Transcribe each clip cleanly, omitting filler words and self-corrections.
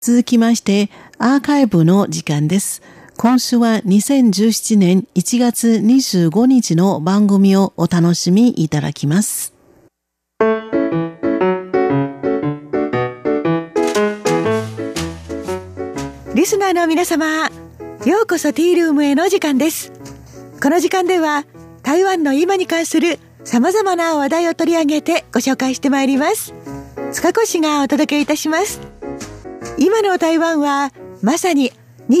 続きましてアーカイブの時間です。今週は2017年1月25日の番組をお楽しみいただきます。 リスナーの皆様、ようこそティールームへの時間です。この時間では台湾の今に関する様々な話題を取り上げてご紹介してまいります。塚越がお届けいたします。今の台湾はまさに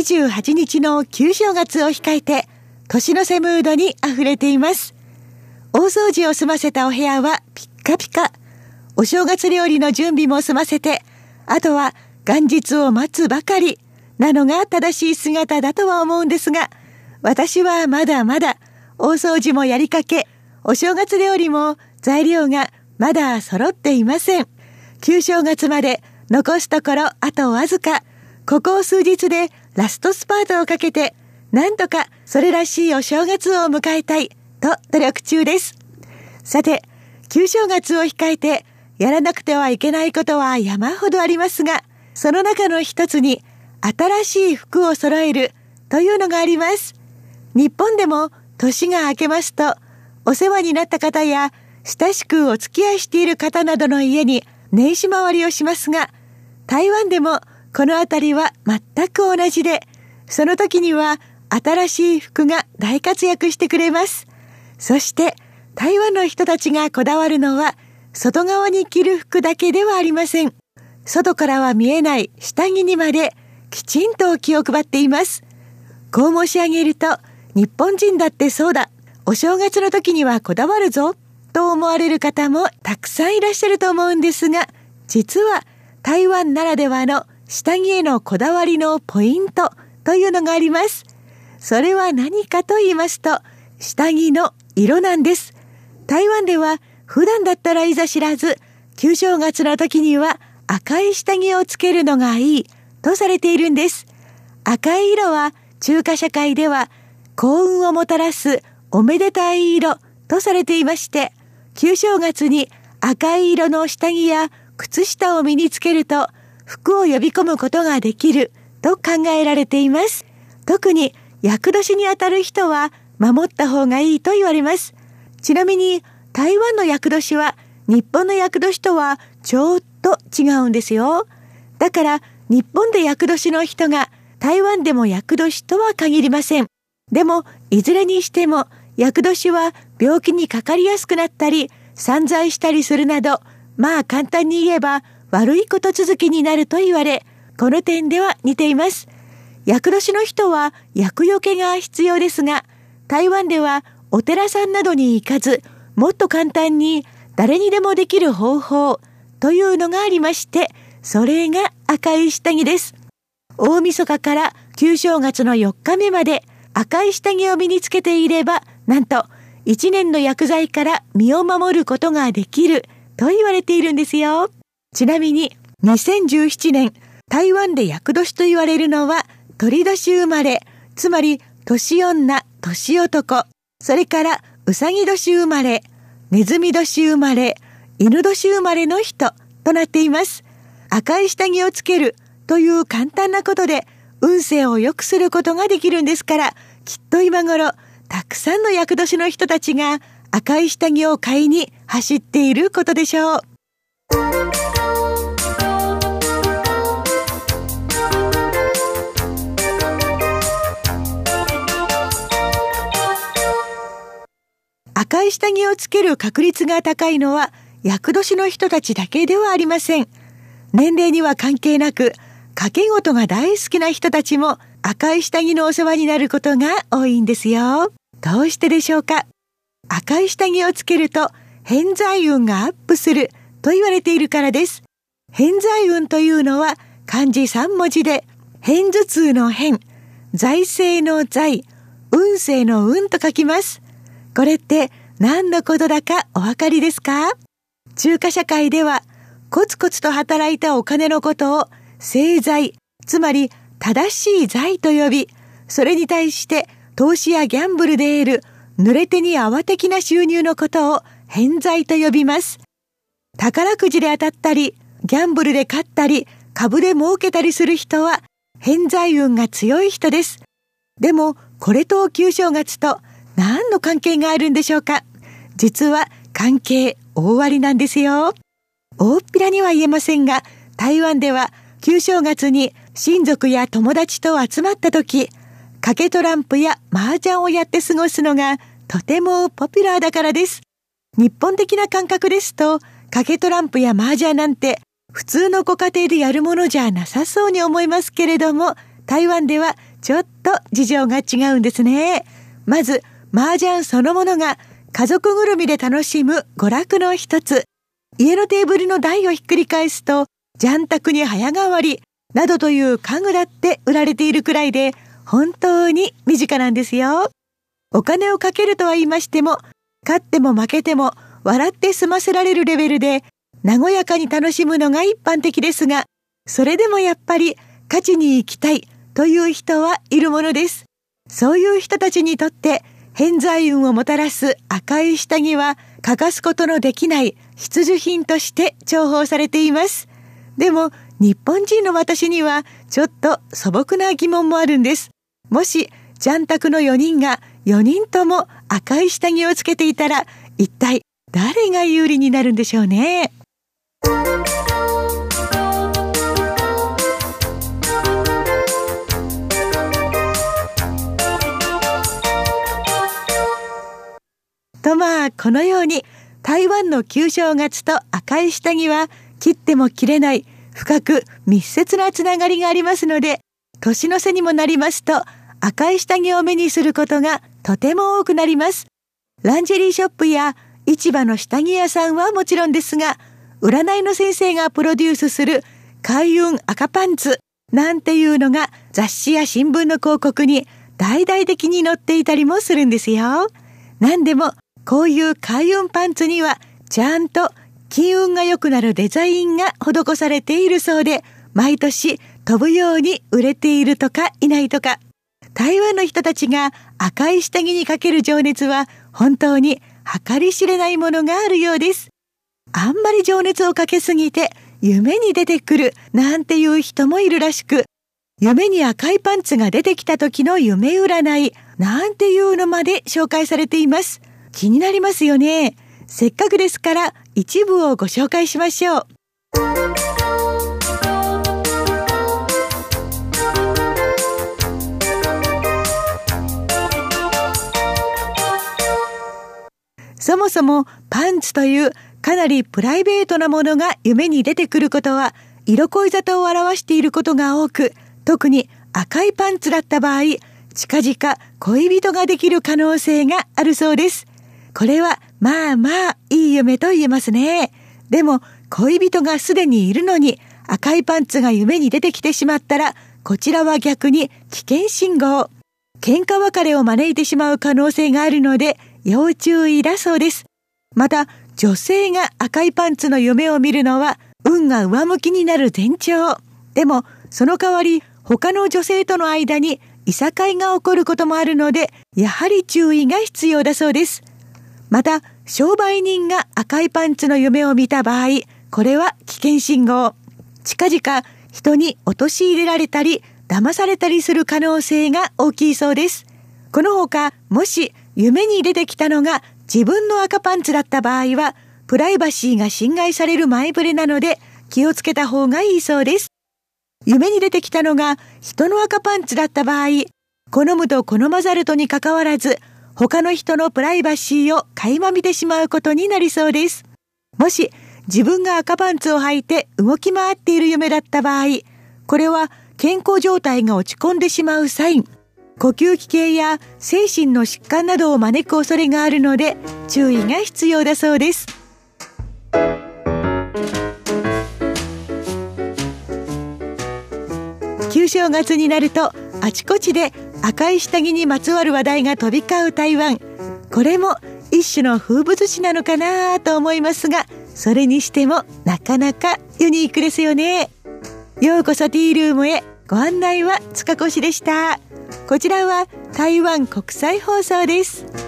28日の旧正月を控えて年の瀬ムードにあふれています。大掃除を済ませたお部屋はピッカピカ、お正月料理の準備も済ませて、あとは元日を待つばかりなのが正しい姿だとは思うんですが、私はまだまだ大掃除もやりかけ、お正月料理も材料がまだ揃っていません。旧正月まで残すところあとわずか、ここ数日でラストスパートをかけて、なんとかそれらしいお正月を迎えたいと努力中です。さて、旧正月を控えてやらなくてはいけないことは山ほどありますが、その中の一つに新しい服を揃えるというのがあります。日本でも年が明けますと、お世話になった方や親しくお付き合いしている方などの家に年始回りをしますが、台湾でもこのあたりは全く同じで、その時には新しい服が大活躍してくれます。そして台湾の人たちがこだわるのは、外側に着る服だけではありません。外からは見えない下着にまできちんと気を配っています。こう申し上げると、日本人だってそうだ、お正月の時にはこだわるぞと思われる方もたくさんいらっしゃると思うんですが、実は台湾ならではの下着へのこだわりのポイントというのがあります。それは何かと言いますと、下着の色なんです。台湾では普段だったらいざ知らず、旧正月の時には赤い下着をつけるのがいいとされているんです。赤い色は中華社会では幸運をもたらすおめでたい色とされていまして、旧正月に赤い色の下着や靴下を身につけると福を呼び込むことができると考えられています。特に厄年にあたる人は守った方がいいと言われます。ちなみに台湾の厄年は日本の厄年とはちょっと違うんですよ。だから日本で厄年の人が台湾でも厄年とは限りません。でもいずれにしても厄年は病気にかかりやすくなったり散財したりするなど、まあ簡単に言えば悪いこと続きになると言われ、この点では似ています。厄年の人は厄除けが必要ですが、台湾ではお寺さんなどに行かず、もっと簡単に誰にでもできる方法というのがありまして、それが赤い下着です。大晦日から旧正月の4日目まで赤い下着を身につけていれば、なんと1年の薬剤から身を守ることができると言われているんですよ。ちなみに2017年、台湾で厄年と言われるのは鳥年生まれ、つまり年女、年男、それからうさぎ年生まれ、ネズミ年生まれ、犬年生まれの人となっています。赤い下着をつけるという簡単なことで運勢を良くすることができるんですから、きっと今頃たくさんの厄年の人たちが赤い下着を買いに走っていることでしょう。赤い下着をつける確率が高いのは厄年の人たちだけではありません。年齢には関係なく、掛け事が大好きな人たちも赤い下着のお世話になることが多いんですよ。どうしてでしょうか。赤い下着をつけると偏財運がアップすると言われているからです。偏財運というのは漢字3文字で、偏頭痛の偏、財政の財、運勢の運と書きます。これって何のことだかお分かりですか？中華社会ではコツコツと働いたお金のことを正財、つまり正しい財と呼び、それに対して投資やギャンブルで得る濡れ手に泡的な収入のことを偏財と呼びます。宝くじで当たったり、ギャンブルで勝ったり、 株で儲けたりする人は偏財運が強い人です。でもこれと旧正月と何の関係があるんでしょうか。実は関係大ありなんですよ。大っぴらには言えませんが、台湾では旧正月に親族や友達と集まった時、賭けトランプや麻雀をやって過ごすのがとてもポピュラーだからです。日本的な感覚ですと、賭けトランプや麻雀なんて普通のご家庭でやるものじゃなさそうに思いますけれども、台湾ではちょっと事情が違うんですね。まず麻雀そのものが家族ぐるみで楽しむ娯楽の一つ。家のテーブルの台をひっくり返すと雀卓に早変わりなどという家具だって売られているくらいで、本当に身近なんですよ。お金をかけるとは言いましても、勝っても負けても笑って済ませられるレベルで和やかに楽しむのが一般的ですが、それでもやっぱり勝ちに行きたいという人はいるものです。そういう人たちにとって偏財運をもたらす赤い下着は欠かすことのできない必需品として重宝されています。でも日本人の私にはちょっと素朴な疑問もあるんです。もし雀卓の4人が4人とも赤い下着をつけていたら、一体誰が有利になるんでしょうね。とこのように台湾の旧正月と赤い下着は切っても切れない深く密接なつながりがありますので、年の瀬にもなりますと赤い下着を目にすることがとても多くなります。ランジェリーショップや市場の下着屋さんはもちろんですが、占いの先生がプロデュースする開運赤パンツなんていうのが雑誌や新聞の広告に大々的に載っていたりもするんですよ。なんでもこういう開運パンツにはちゃんと金運が良くなるデザインが施されているそうで、毎年飛ぶように売れているとかいないとか、台湾の人たちが赤い下着にかける情熱は本当に計り知れないものがあるようです。あんまり情熱をかけすぎて夢に出てくるなんていう人もいるらしく、夢に赤いパンツが出てきた時の夢占いなんていうのまで紹介されています。気になりますよね。せっかくですから一部をご紹介しましょう。そもそもパンツというかなりプライベートなものが夢に出てくることは色恋沙汰を表していることが多く、特に赤いパンツだった場合、近々恋人ができる可能性があるそうです。これはまあいい夢と言えますね。でも恋人がすでにいるのに赤いパンツが夢に出てきてしまったら、こちらは逆に危険信号、喧嘩別れを招いてしまう可能性があるので要注意だそうです。また女性が赤いパンツの夢を見るのは運が上向きになる前兆。でもその代わり他の女性との間にいさかいが起こることもあるので、やはり注意が必要だそうです。また商売人が赤いパンツの夢を見た場合、これは危険信号。近々人に陥れられたり騙されたりする可能性が大きいそうです。このほか、もし夢に出てきたのが自分の赤パンツだった場合は、プライバシーが侵害される前触れなので気をつけた方がいいそうです。夢に出てきたのが人の赤パンツだった場合、好むと好まざるとにかかわらず、他の人のプライバシーを垣間見てしまうことになりそうです。もし自分が赤パンツを履いて動き回っている夢だった場合、これは健康状態が落ち込んでしまうサイン、呼吸器系や精神の疾患などを招く恐れがあるので注意が必要だそうです。旧正月になるとあちこちで赤い下着にまつわる話題が飛び交う台湾。これも一種の風物詩なのかなと思いますが、それにしてもなかなかユニークですよね。ようこそティールームへ。ご案内は塚越でした。こちらは台湾国際放送です。